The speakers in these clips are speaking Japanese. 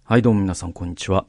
はいどうも皆さんこんにちは。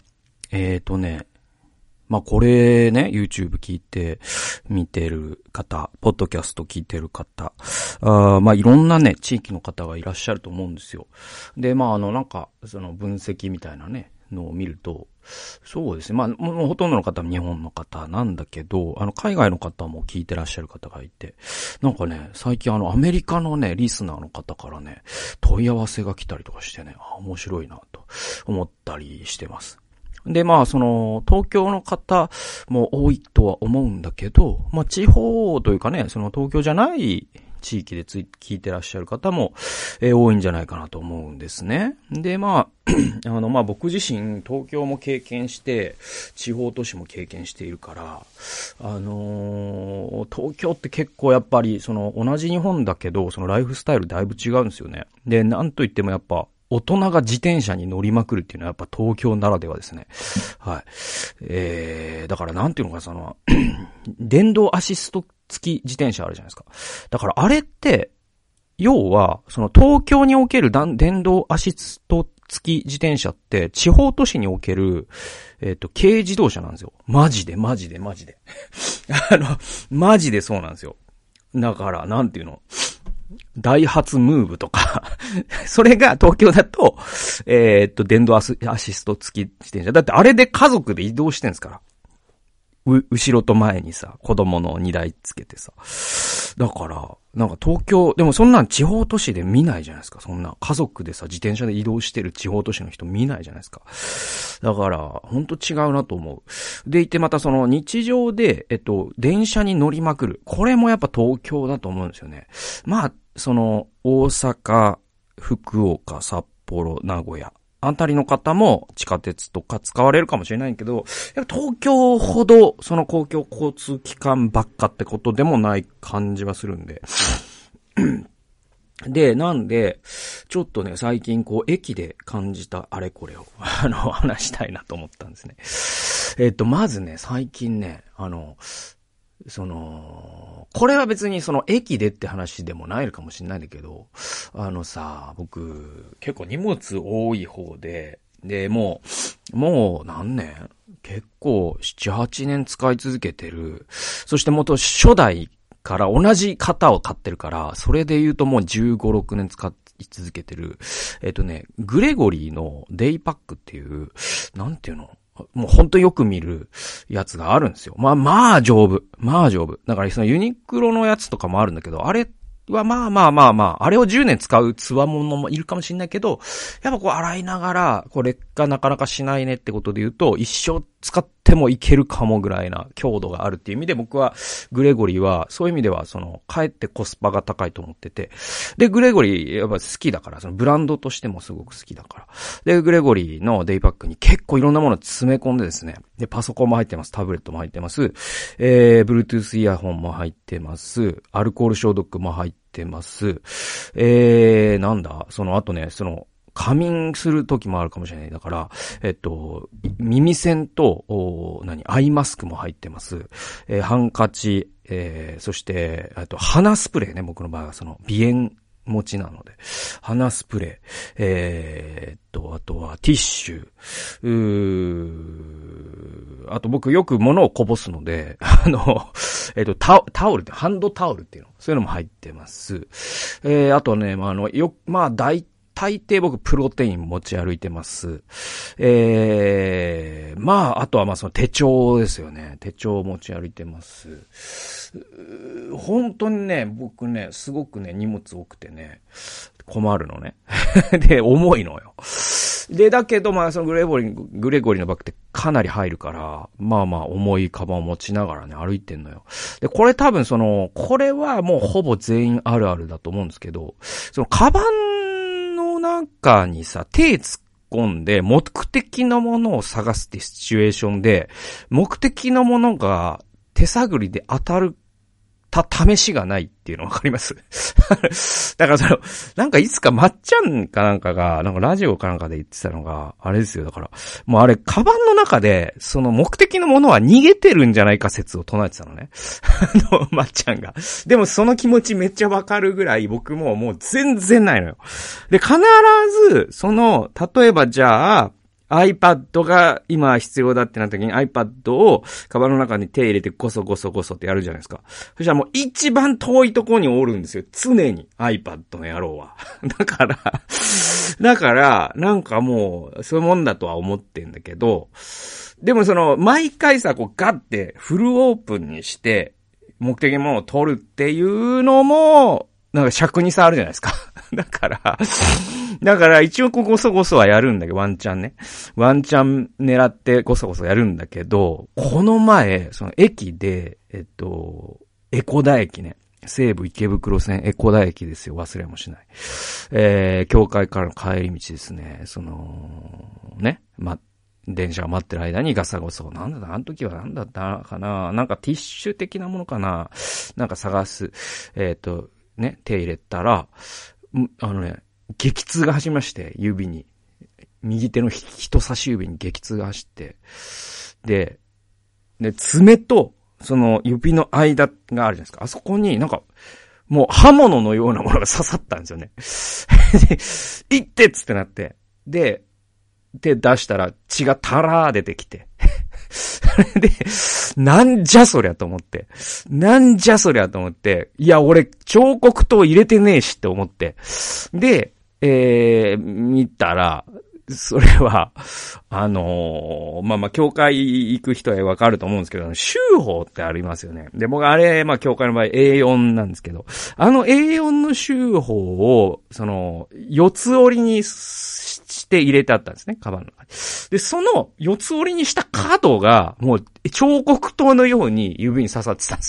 これね、YouTube 聞いて見てる方、ポッドキャスト聞いてる方、いろんなね、地域の方がいらっしゃると思うんですよ。で、その分析みたいなね、のを見ると、そうですね。もうほとんどの方は日本の方なんだけど、海外の方も聞いてらっしゃる方がいて、なんかね、最近アメリカのね、リスナーの方からね、問い合わせが来たりとかしてね、面白いなと思ったりしてます。で、東京の方も多いとは思うんだけど、地方というかね、その東京じゃない地域で聞いてらっしゃる方も、多いんじゃないかなと思うんですね。で、僕自身東京も経験して、地方都市も経験しているから、東京って結構やっぱり、同じ日本だけど、そのライフスタイルだいぶ違うんですよね。で、なんといってもやっぱ、大人が自転車に乗りまくるっていうのはやっぱ東京ならではですね。はい。だからなんていうのかな、電動アシスト付き自転車あるじゃないですか。だからあれって、要は、その東京における電動アシスト付き自転車って、地方都市における、軽自動車なんですよ。マジで。マジでそうなんですよ。だから、なんていうの。ダイハツムーブとかそれが東京だと、電動アシスト付き自転車。だってあれで家族で移動してんすから。後ろと前にさ、子供の荷台つけてさ。だから、なんか東京、でもそんなん地方都市で見ないじゃないですか。そんな家族でさ、自転車で移動してる地方都市の人見ないじゃないですか。だから、ほんと違うなと思う。でいてまたその日常で、電車に乗りまくる。これもやっぱ東京だと思うんですよね。その、大阪、福岡、札幌、名古屋。あたりの方も地下鉄とか使われるかもしれないけど、やっぱ東京ほどその公共交通機関ばっかってことでもない感じはするんで。で、なんで、ちょっとね、最近駅で感じたあれこれを、話したいなと思ったんですね。まずね、最近ね、これは別に駅でって話でもないのかもしれないんだけど、僕、結構荷物多い方で、もう何年結構7、8年使い続けてる。そして初代から同じ型を買ってるから、それで言うともう15、6年使い続けてる。グレゴリーのデイパックっていう、なんていうのもうほんとよく見るやつがあるんですよ。丈夫。だからそのユニクロのやつとかもあるんだけど、あれはあれを10年使うつわものもいるかもしれないけど、やっぱ洗いながら、劣化なかなかしないねってことで言うと、一生使ってもいけるかもぐらいな強度があるっていう意味で僕はグレゴリーは、そういう意味ではかえってコスパが高いと思ってて、で、グレゴリーやっぱ好きだから、ブランドとしてもすごく好きだから。で、グレゴリーのデイパックに結構いろんなものを詰め込んでですね、で、パソコンも入ってます、タブレットも入ってます、Bluetooth イヤホンも入ってます、アルコール消毒も入ってます、あとね、仮眠する時もあるかもしれない。だから、耳栓と、アイマスクも入ってます。ハンカチ、そして、鼻スプレーね、僕の場合は鼻炎持ちなので。鼻スプレー、あとはティッシュ、あと僕よく物をこぼすので、タオルって、ハンドタオルっていうの、そういうのも入ってます。あとね、大抵僕プロテイン持ち歩いてます。あとは手帳ですよね。手帳持ち歩いてます。本当にね、僕ね、すごくね、荷物多くてね、困るのね。で、重いのよ。で、だけどグレゴリーのバッグってかなり入るから、重いカバンを持ちながらね、歩いてんのよ。で、これ多分これはもうほぼ全員あるあるだと思うんですけど、カバンの中にさ、手突っ込んで目的のものを探すってシチュエーションで、目的のものが手探りで当たる試しがないっていうのわかりますだからいつかまっちゃんかなんかが、ラジオかなんかで言ってたのが、あれですよ。だから、もうあれ、カバンの中で、目的のものは逃げてるんじゃないか説を唱えてたのね。まっちゃんが。でもその気持ちめっちゃわかるぐらい、僕もう全然ないのよ。で、必ず、例えばじゃあ、 iPad が今必要だってなった時に iPad をカバンの中に手入れてゴソゴソゴソってやるじゃないですか。そしたらもう一番遠いところにおるんですよ。常に iPad の野郎は。だから、なんかもう、そういうもんだとは思ってんだけど、でも毎回さ、こうガッてフルオープンにして、目的のものを取るっていうのも、なんか尺に差あるじゃないですか。だから一応ゴソゴソはやるんだけど、ワンチャン狙ってゴソゴソやるんだけど、この前、駅で、江古田駅ね。西武池袋線江古田駅ですよ。忘れもしない。教会からの帰り道ですね。電車を待ってる間にガサゴソ。あの時は何だったかな、なんかティッシュ的なものかな、なんか探す。手入れたら、激痛が走りまして、指に。右手の人差し指に激痛が走って。で、爪と、指の間があるじゃないですか。あそこになんか、もう刃物のようなものが刺さったんですよね。で、いってっつってなって。で、手出したら血がタラー出てきて。それで、なんじゃそりゃと思って。いや、俺、彫刻刀入れてねえしって思って。で、見たら、それは、教会行く人はわかると思うんですけど、修法ってありますよね。で、僕あれ、教会の場合 A4 なんですけど、A4 の修法を、四つ折りにして入れてあったんですね、カバンの中に。で、その四つ折りにした角が、もう、彫刻刀のように指に刺さってたん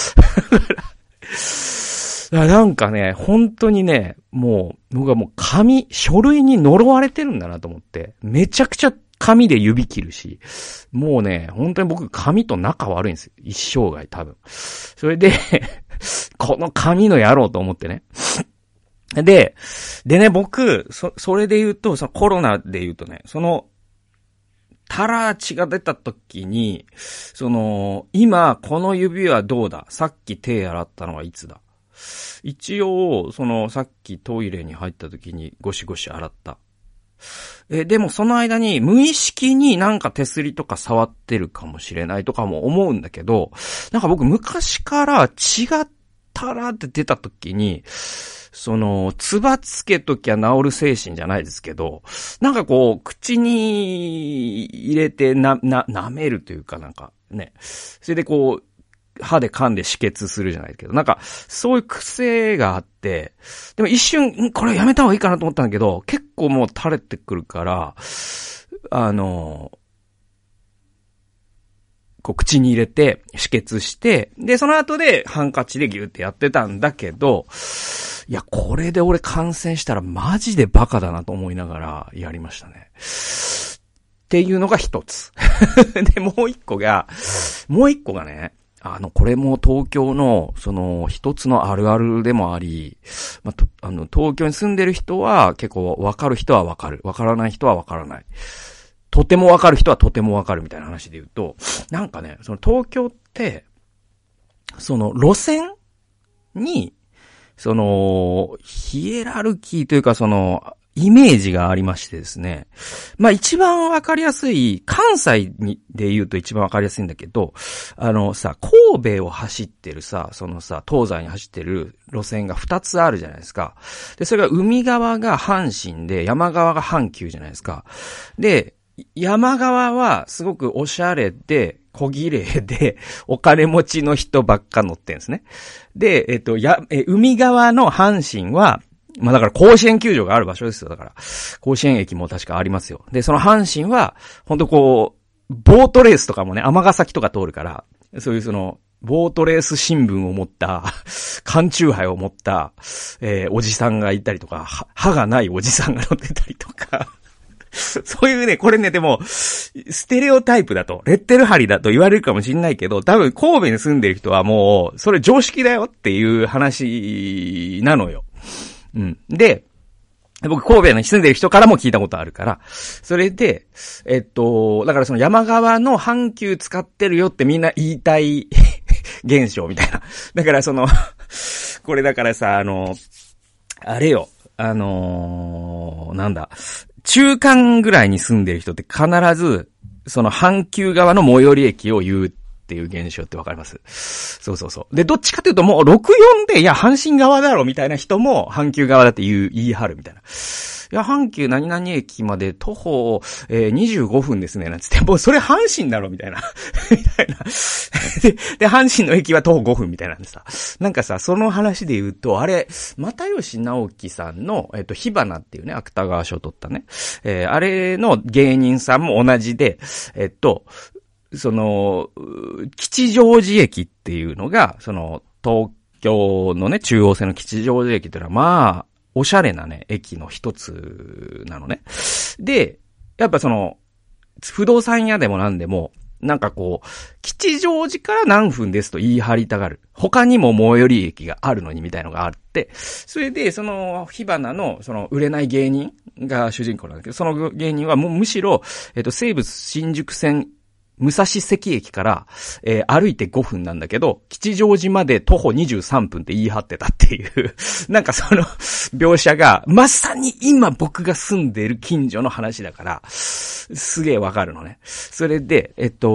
ですよ。なんかね、本当にね、もう、僕はもう書類に呪われてるんだなと思って、めちゃくちゃ紙で指切るし、もうね、本当に僕紙と仲悪いんですよ。一生涯多分。それで、この紙の野郎と思ってね。でね、僕、それで言うと、コロナで言うとね、タラー血が出た時に、今、この指はどうだ？さっき手洗ったのはいつだ？一応、さっきトイレに入った時にゴシゴシ洗った。でもその間に無意識になんか手すりとか触ってるかもしれないとかも思うんだけど、なんか僕昔から血がタラーって出た時に、つばつけときゃ治る精神じゃないですけど、なんかこう、口に入れて舐めるというかなんかね、それでこう、歯で噛んで止血するじゃないけど、なんか、そういう癖があって、でも一瞬、これやめた方がいいかなと思ったんだけど、結構もう垂れてくるから、こう口に入れて、止血して、で、その後でハンカチでギュってやってたんだけど、いや、これで俺感染したらマジでバカだなと思いながらやりましたね。っていうのが一つ。で、もう一個がね、これも東京の、一つのあるあるでもあり、東京に住んでる人は結構わかる人はわかる。わからない人はわからない。とてもわかる人はとてもわかるみたいな話で言うと、なんかね、東京って、路線に、ヒエラルキーというかイメージがありましてですね。一番わかりやすい、関西で言うと一番わかりやすいんだけど、神戸を走ってるさ、東西に走ってる路線が2つあるじゃないですか。で、それが海側が阪神で、山側が阪急じゃないですか。で、山側はすごくおしゃれで、小綺麗で、お金持ちの人ばっか乗ってんですね。で、海側の阪神は、だから甲子園球場がある場所ですよ。だから、甲子園駅も確かありますよ。で、その阪神は、ほんとこう、ボートレースとかもね、尼崎とか通るから、そういうボートレース新聞を持った、缶チューハイを持った、おじさんがいたりとか、歯がないおじさんが乗ってたりとか、そういうね、これね、でも、ステレオタイプだと、レッテル貼りだと言われるかもしれないけど、多分神戸に住んでる人はもう、それ常識だよっていう話なのよ。うん。で、僕神戸に住んでる人からも聞いたことあるから、それで、だから山側の阪急使ってるよってみんな言いたい現象みたいな。だからこれだからさ、あれよ、なんだ、 中間ぐらいに住んでる人って必ず、その阪急側の最寄り駅を言うっていう現象ってわかります？そうそうそう。で、どっちかというともう64で、いや、阪神側だろみたいな人も阪急側だって言い張るみたいな。いや、阪急何々駅まで徒歩、25分ですね、なんつって、もうそれ阪神だろみたいな。みたいな。で、阪神の駅は徒歩5分みたいなんでさ。なんかさ、その話で言うと、あれ、又吉直樹さんの、火花っていうね、芥川賞を取ったね。あれの芸人さんも同じで、その、吉祥寺駅っていうのが、その、東京のね、中央線の吉祥寺駅っていうのは、まあ、おしゃれなね、駅の一つなのね。で、やっぱその、不動産屋でもなんでも、なんかこう、吉祥寺から何分ですと言い張りたがる。他にも最寄り駅があるのにみたいのがあって、それで、その、火花の、その、売れない芸人が主人公なんだけど、その芸人はもうむしろ、西武新宿線、武蔵関駅から、歩いて5分なんだけど、吉祥寺まで徒歩23分って言い張ってたっていう、なんかその描写が、まさに今僕が住んでいる近所の話だから、すげえわかるのね。それで、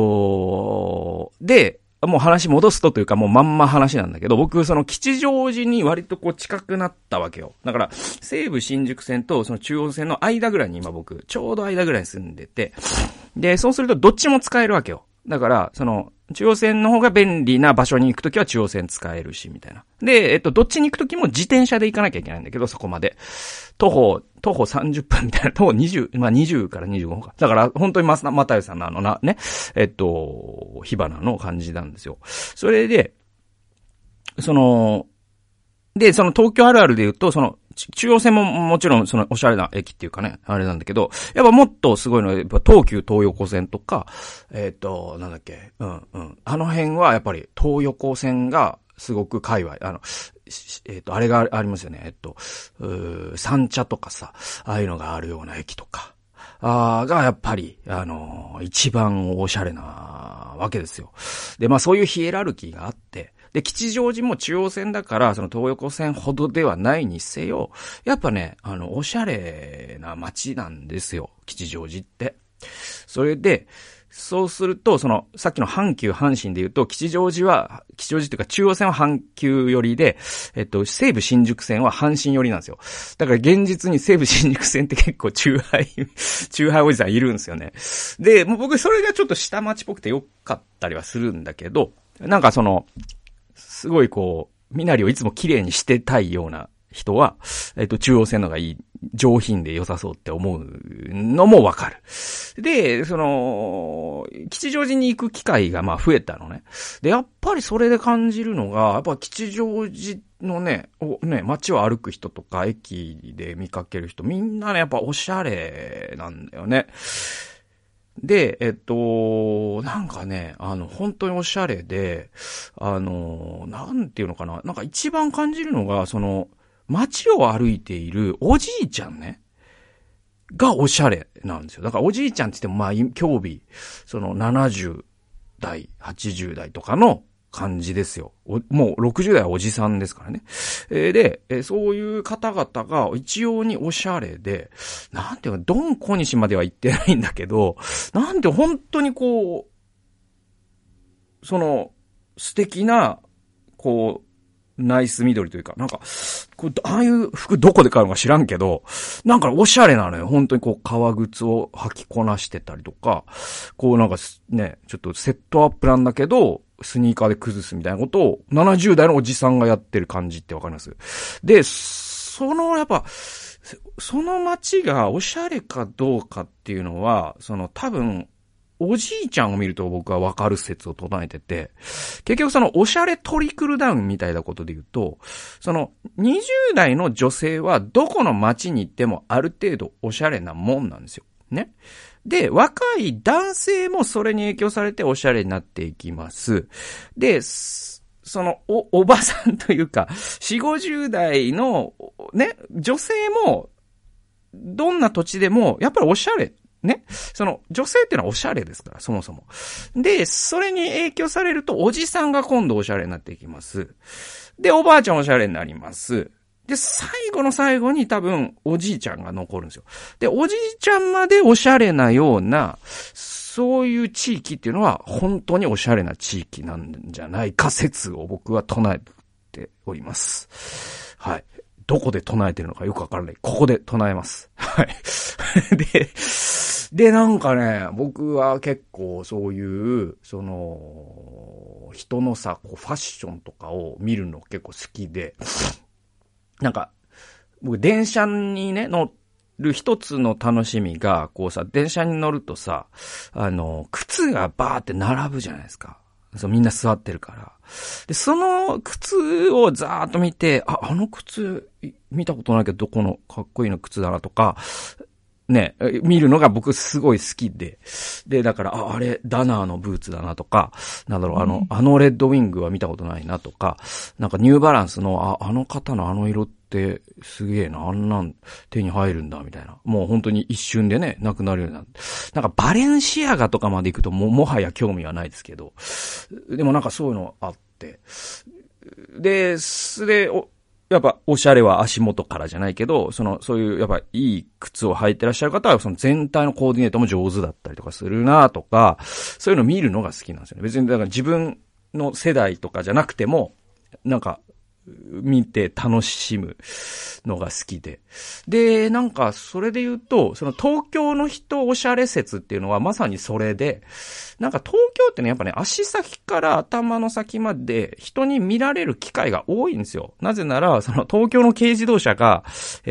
で、もう話戻すというかもうまんま話なんだけど、僕その吉祥寺に割とこう近くなったわけよ。だから西武新宿線とその中央線の間ぐらいに今僕ちょうど間ぐらいに住んでて、でそうするとどっちも使えるわけよ。だからその中央線の方が便利な場所に行くときは中央線使えるしみたいな。でどっちに行くときも自転車で行かなきゃいけないんだけど、そこまで徒歩30分みたいな、徒歩20、まあ、20から25分か。だから、本当に又吉さんのね、火花の感じなんですよ。それで、その東京あるあるで言うと、その、中央線ももちろんそのおしゃれな駅っていうかね、あれなんだけど、やっぱもっとすごいのは、やっぱ東急東横線とか、なんだっけ、あの辺はやっぱり東横線がすごく界隈、あれがありますよね。三茶とかさ、ああいうのがあるような駅とか、がやっぱり、一番おしゃれなわけですよ。で、まあそういうヒエラルキーがあって、で、吉祥寺も中央線だから、その東横線ほどではないにせよ、やっぱね、おしゃれな街なんですよ、吉祥寺って。それで、そうすると、さっきの阪急阪神で言うと、吉祥寺っていうか中央線は阪急寄りで、西武新宿線は阪神寄りなんですよ。だから現実に西武新宿線って結構チューハイおじさんいるんですよね。で、もう僕それがちょっと下町っぽくてよかったりはするんだけど、なんかすごいこう、身なりをいつも綺麗にしてたいような人は、中央線のがいい、上品で良さそうって思うのもわかる。で、吉祥寺に行く機会がまあ増えたのね。で、やっぱりそれで感じるのが、やっぱ吉祥寺のね、街を歩く人とか、駅で見かける人、みんなね、やっぱおしゃれなんだよね。で、なんかね、本当におしゃれで、なんていうのかな、なんか一番感じるのが、街を歩いているおじいちゃんね、がおしゃれなんですよ。だからおじいちゃんって言っても、まあ、今日70代、80代とかの感じですよ。もう60代はおじさんですからね。で、そういう方々が一様におしゃれで、なんていうか、ドン小西までは行ってないんだけど、なんて本当にこう、素敵な、こう、ナイス緑というか、なんか、ああいう服どこで買うのか知らんけど、なんかおしゃれなのよ。本当にこう、革靴を履きこなしてたりとか、こうなんかね、ちょっとセットアップなんだけど、スニーカーで崩すみたいなことを70代のおじさんがやってる感じってわかります？で、やっぱ、その街がおしゃれかどうかっていうのは、多分、おじいちゃんを見ると僕はわかる説を唱えてて、結局おしゃれトリクルダウンみたいなことで言うと、20代の女性はどこの街に行ってもある程度おしゃれなもんなんですよ。ね。で、若い男性もそれに影響されておしゃれになっていきます。で、おばさんというか、4、50代のね、女性も、どんな土地でも、やっぱりおしゃれ。ね。女性ってのはおしゃれですから、そもそも。で、それに影響されると、おじさんが今度おしゃれになっていきます。で、おばあちゃんおしゃれになります。 で、最後の最後に多分、おじいちゃんが残るんですよ。で、おじいちゃんまでおしゃれなような、そういう地域っていうのは、本当におしゃれな地域なんじゃないか説を僕は唱えております。はい。どこで唱えてるのかよくわからない。ここで唱えます。はい。で、なんかね、僕は結構そういう、人のさ、こうファッションとかを見るの結構好きで、なんか、僕電車にね、乗る一つの楽しみが、こうさ、電車に乗るとさ、靴がバーって並ぶじゃないですか。そう、みんな座ってるから。で、その靴をざーっと見て、あの靴、見たことないけど、どこのかっこいいの靴だなとか、ね、見るのが僕すごい好きで。で、だから、あれ、ダナーのブーツだなとか、なんだろう、あのレッドウィングは見たことないなとか、なんかニューバランスの、あの型のあの色ってすげえな、あんなん手に入るんだ、みたいな。もう本当に一瞬でね、なくなるようになる。なんかバレンシアガとかまで行くともはや興味はないですけど、でもなんかそういうのあって、で、やっぱ、おしゃれは足元からじゃないけど、そういう、やっぱ、いい靴を履いてらっしゃる方は、その全体のコーディネートも上手だったりとかするなとか、そういうのを見るのが好きなんですよね。別に、だから自分の世代とかじゃなくても、なんか、見て楽しむのが好きで。で、なんか、それで言うと、その東京の人おしゃれ説っていうのはまさにそれで、なんか東京ってね、やっぱね、足先から頭の先まで人に見られる機会が多いんですよ。なぜなら、その東京の軽自動車が、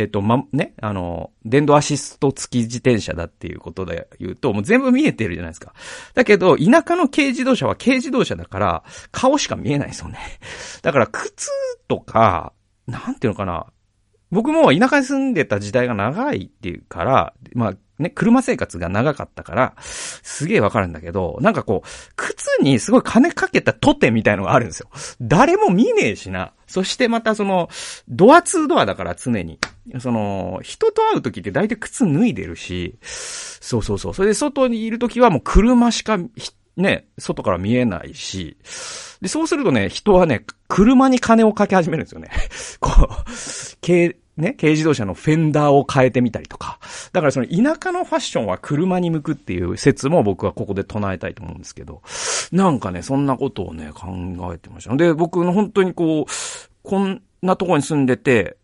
電動アシスト付き自転車だっていうことで言うと、もう全部見えてるじゃないですか。だけど、田舎の軽自動車は軽自動車だから、顔しか見えないんですよね。だから、靴とか、なんていうのかな。僕も田舎に住んでた時代が長いっていうから、まあね、車生活が長かったから、すげえわかるんだけど、なんかこう、靴にすごい金かけたトテみたいのがあるんですよ。誰も見ねえしな。そしてまたドアツードアだから常に。人と会う時って大体靴脱いでるし、そう。それで外にいる時はもう車しか、ね、外から見えないし、で、そうするとね、人はね、車に金をかけ始めるんですよね。こう、軽自動車のフェンダーを変えてみたりとか。だから田舎のファッションは車に向くっていう説も僕はここで唱えたいと思うんですけど、なんかね、そんなことをね、考えてました。で、僕の本当にこんなところに住んでて、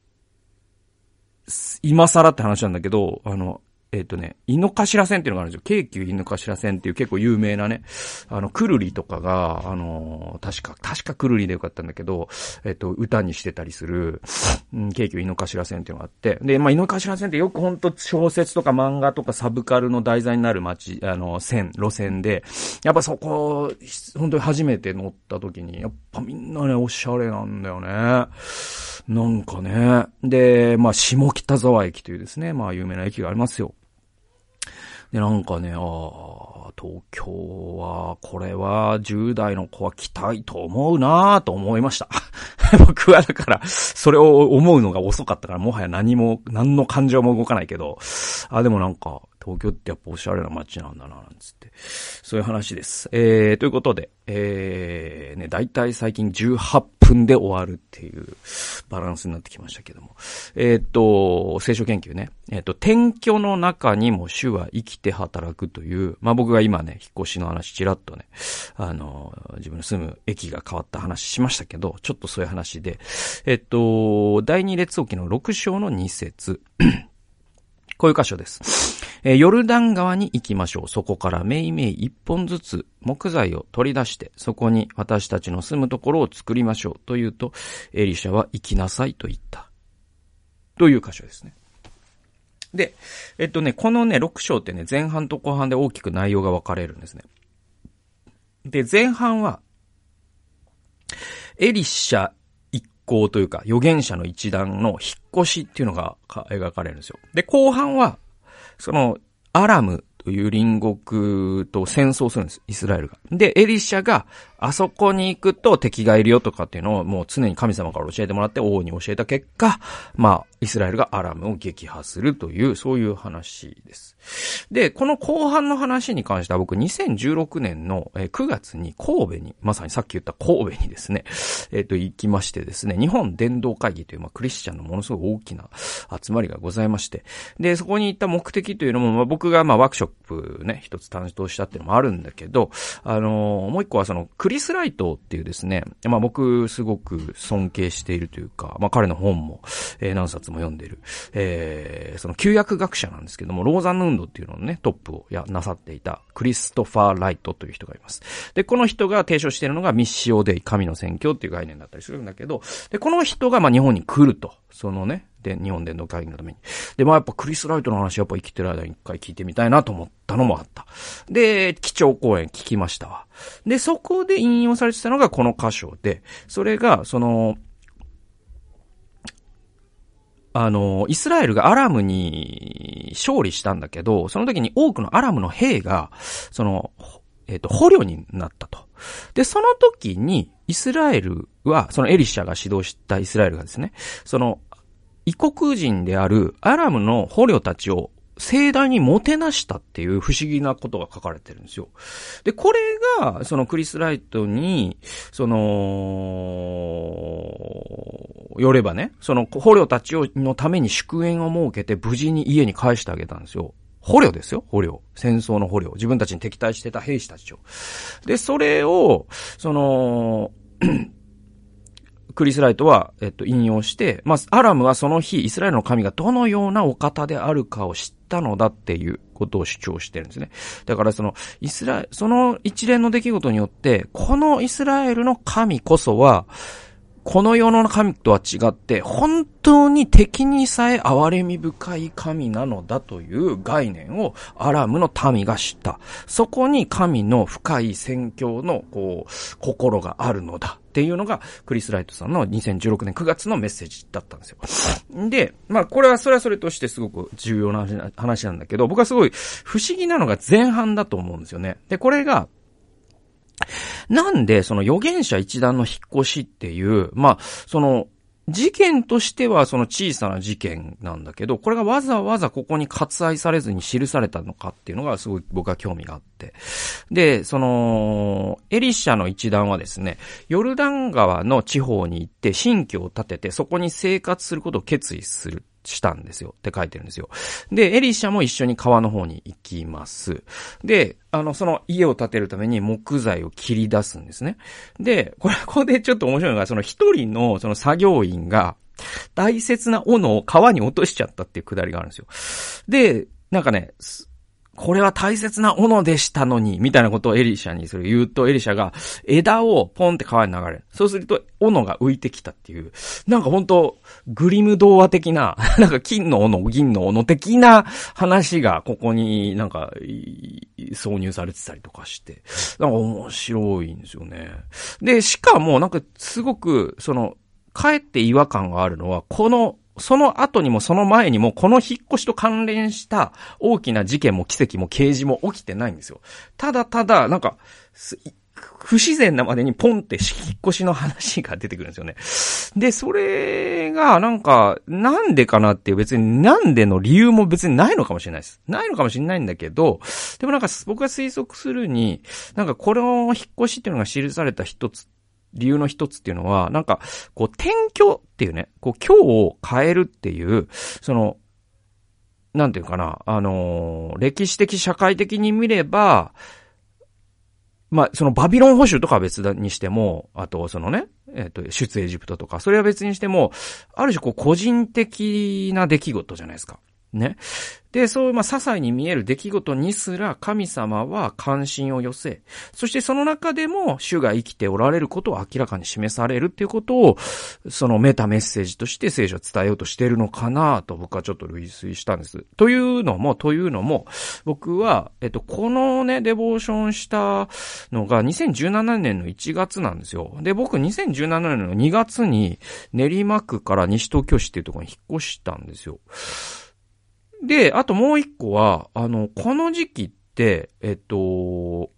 今更って話なんだけど、井の頭線っていうのがあるんですよ。京急井の頭線っていう結構有名なね、くるりとかが、確かくるりでよかったんだけど、歌にしてたりする、京急井の頭線っていうのがあって、で、まあ、井の頭線ってよくほんと小説とか漫画とかサブカルの題材になる路線で、やっぱそこ、本当に初めて乗った時に、やっぱみんなね、おしゃれなんだよね。なんかね。で、まあ、下北沢駅というですね、まあ、有名な駅がありますよ。で、なんかね、東京は、これは10代の子は来たいと思うなぁと思いました。僕はだから、それを思うのが遅かったから、もはや何の感情も動かないけど、でもなんか、東京ってやっぱおしゃれな街なんだな、なんつって。そういう話です。ということで、だいたい最近18分で終わるっていうバランスになってきましたけども。聖書研究ね。転居の中にも主は生きて働くという、まあ僕が今ね、引っ越しの話ちらっとね、自分の住む駅が変わった話しましたけど、ちょっとそういう話で、第二列王記の6章の2節。こういう箇所です。ヨルダン川に行きましょう。そこからめいめい一本ずつ木材を取り出して、そこに私たちの住むところを作りましょう。というと、エリシャは行きなさいと言った。という箇所ですね。で、このね、6章ってね、前半と後半で大きく内容が分かれるんですね。で、前半は、エリシャ一行というか、預言者の一団の引っ越しっていうのが描かれるんですよ。で、後半は、アラムという隣国と戦争するんです。イスラエルが。で、エリシャがあそこに行くと敵がいるよとかっていうのをもう常に神様から教えてもらって王に教えた結果、イスラエルがアラムを撃破するという、そういう話です。で、この後半の話に関しては僕2016年の9月に神戸に、まさにさっき言った神戸にですね、行きましてですね、日本伝道会議というクリスチャンのものすごい大きな集まりがございまして、で、そこに行った目的というのも、僕がワークショップね、一つ担当したっていうのもあるんだけど、もう一個はクリス・ライトっていうですね、僕すごく尊敬しているというか、彼の本も、何冊も読んでいる、その旧約学者なんですけども、ローザンヌ運動っていうののね、トップをなさっていたクリストファー・ライトという人がいます。で、この人が提唱しているのがミッシオデイ、神の宣教っていう概念だったりするんだけど、で、この人が日本に来ると、そのね、で、日本伝道会議のために。で、やっぱクリス・ライトの話やっぱ生きてる間に一回聞いてみたいなと思ったのもあった。で、基調講演聞きましたわ。で、そこで引用されてたのがこの箇所で、それが、イスラエルがアラムに勝利したんだけど、その時に多くのアラムの兵が、捕虜になったと。で、その時に、イスラエルは、エリシャが指導したイスラエルがですね、異国人であるアラムの捕虜たちを盛大にもてなしたっていう不思議なことが書かれてるんですよ。で、これが、クリス・ライトに、よればね、捕虜たちのために祝宴を設けて無事に家に返してあげたんですよ。捕虜ですよ、捕虜。戦争の捕虜。自分たちに敵対してた兵士たちを。で、それを、クリス・ライトは、引用して、アラムはその日、イスラエルの神がどのようなお方であるかを知ったのだっていうことを主張してるんですね。だからその一連の出来事によって、このイスラエルの神こそは、この世の神とは違って、本当に敵にさえ憐れみ深い神なのだという概念をアラムの民が知った。そこに神の深い宣教の心があるのだっていうのがクリス・ライトさんの2016年9月のメッセージだったんですよ。で、これはそれはそれとしてすごく重要な話なんだけど、僕はすごい不思議なのが前半だと思うんですよね。で、これが、なんで、預言者一団の引っ越しっていう、事件としては小さな事件なんだけど、これがわざわざここに割愛されずに記されたのかっていうのがすごい僕は興味があって。で、エリシャの一団はですね、ヨルダン川の地方に行って新居を建ててそこに生活することを決意したんですよって書いてるんですよ。で、エリシャも一緒に川の方に行きます。で、その家を建てるために木材を切り出すんですね。で、ここでちょっと面白いのが、一人の作業員が大切な斧を川に落としちゃったっていうくだりがあるんですよ。で、これは大切な斧でしたのに、みたいなことをエリシャにそれ言うと、エリシャが枝をポンって川に流れる。そうすると、斧が浮いてきたっていう、本当グリム童話的な、金の斧、銀の斧的な話がここに挿入されてたりとかして、面白いんですよね。で、しかもすごく、かえって違和感があるのは、その後にもその前にもこの引っ越しと関連した大きな事件も奇跡も刑事も起きてないんですよ。ただ不自然なまでにポンって引っ越しの話が出てくるんですよね。で、それがなんでかなっていう別になんでの理由も別にないのかもしれないです。ないのかもしれないんだけど、でも僕が推測するに、この引っ越しっていうのが記された理由の一つっていうのは、転居っていうね、今日を変えるっていう、なんていうかな、歴史的社会的に見れば、バビロン捕囚とかは別にしても、あと出エジプトとか、それは別にしても、ある種個人的な出来事じゃないですか。ね。で、些細に見える出来事にすら神様は関心を寄せ、そしてその中でも主が生きておられることを明らかに示されるっていうことを、メタメッセージとして聖書は伝えようとしているのかなと僕はちょっと類推したんです。というのも、僕は、このね、デボーションしたのが2017年の1月なんですよ。で、僕2017年の2月に練馬区から西東京市っていうところに引っ越したんですよ。で、あともう一個は、この時期って、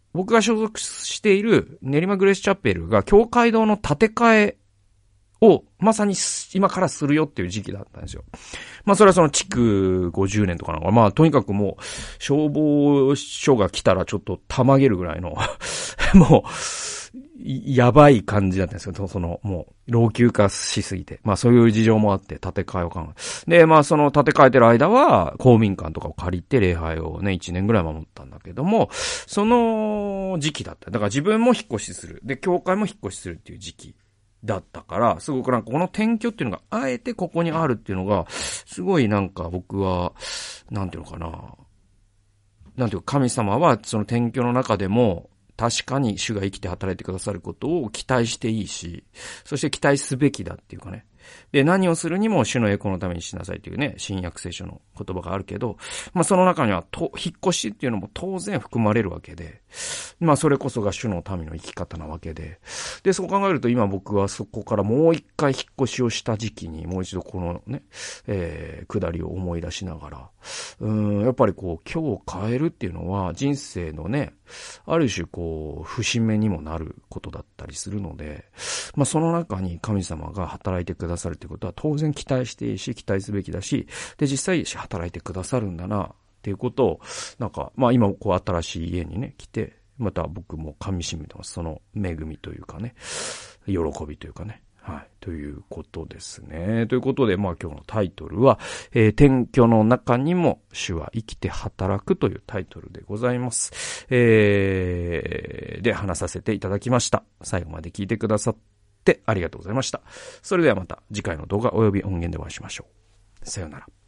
僕が所属している練馬グレースチャペルが教会堂の建て替えをまさに今からするよっていう時期だったんですよ。まあそれはその築50年とかなんか、まあとにかくもう消防署が来たらちょっとたまげるぐらいのもうやばい感じだったんですよ。そのもう老朽化しすぎて。まあそういう事情もあって建て替えを考え。で、まあその建て替えてる間は公民館とかを借りて礼拝をね、1年ぐらい守ったんだけども、その時期だった。だから自分も引っ越しする。で、教会も引っ越しするっていう時期だったから、すごくなんかこの転居っていうのがあえてここにあるっていうのが、すごいなんか僕は、なんていうのかな。なんていうか神様はその転居の中でも、確かに主が生きて働いてくださることを期待していいし、そして期待すべきだっていうかね。で、何をするにも主の栄光のためにしなさいというね、新約聖書の言葉があるけど、まあその中には引っ越しっていうのも当然含まれるわけで、まあそれこそが主の民の生き方なわけで、で、そう考えると今僕はそこからもう一回引っ越しをした時期にもう一度このね、下りを思い出しながら、やっぱりこう今日変えるっていうのは人生のね、ある種こう節目にもなることだったりするので、まあその中に神様が働いてくださるということは当然期待していいし、期待すべきだし、で実際働いてくださるんだなっていうことを、なんかまあ今こう新しい家にね来て、また僕も噛み締めてます。その恵みというかね、喜びというかね。はい。ということですね。ということで、まあ今日のタイトルは、転居の中にも主は生きて働くというタイトルでございます。で、話させていただきました。最後まで聞いてくださってありがとうございました。それではまた次回の動画及び音源でお会いしましょう。さようなら。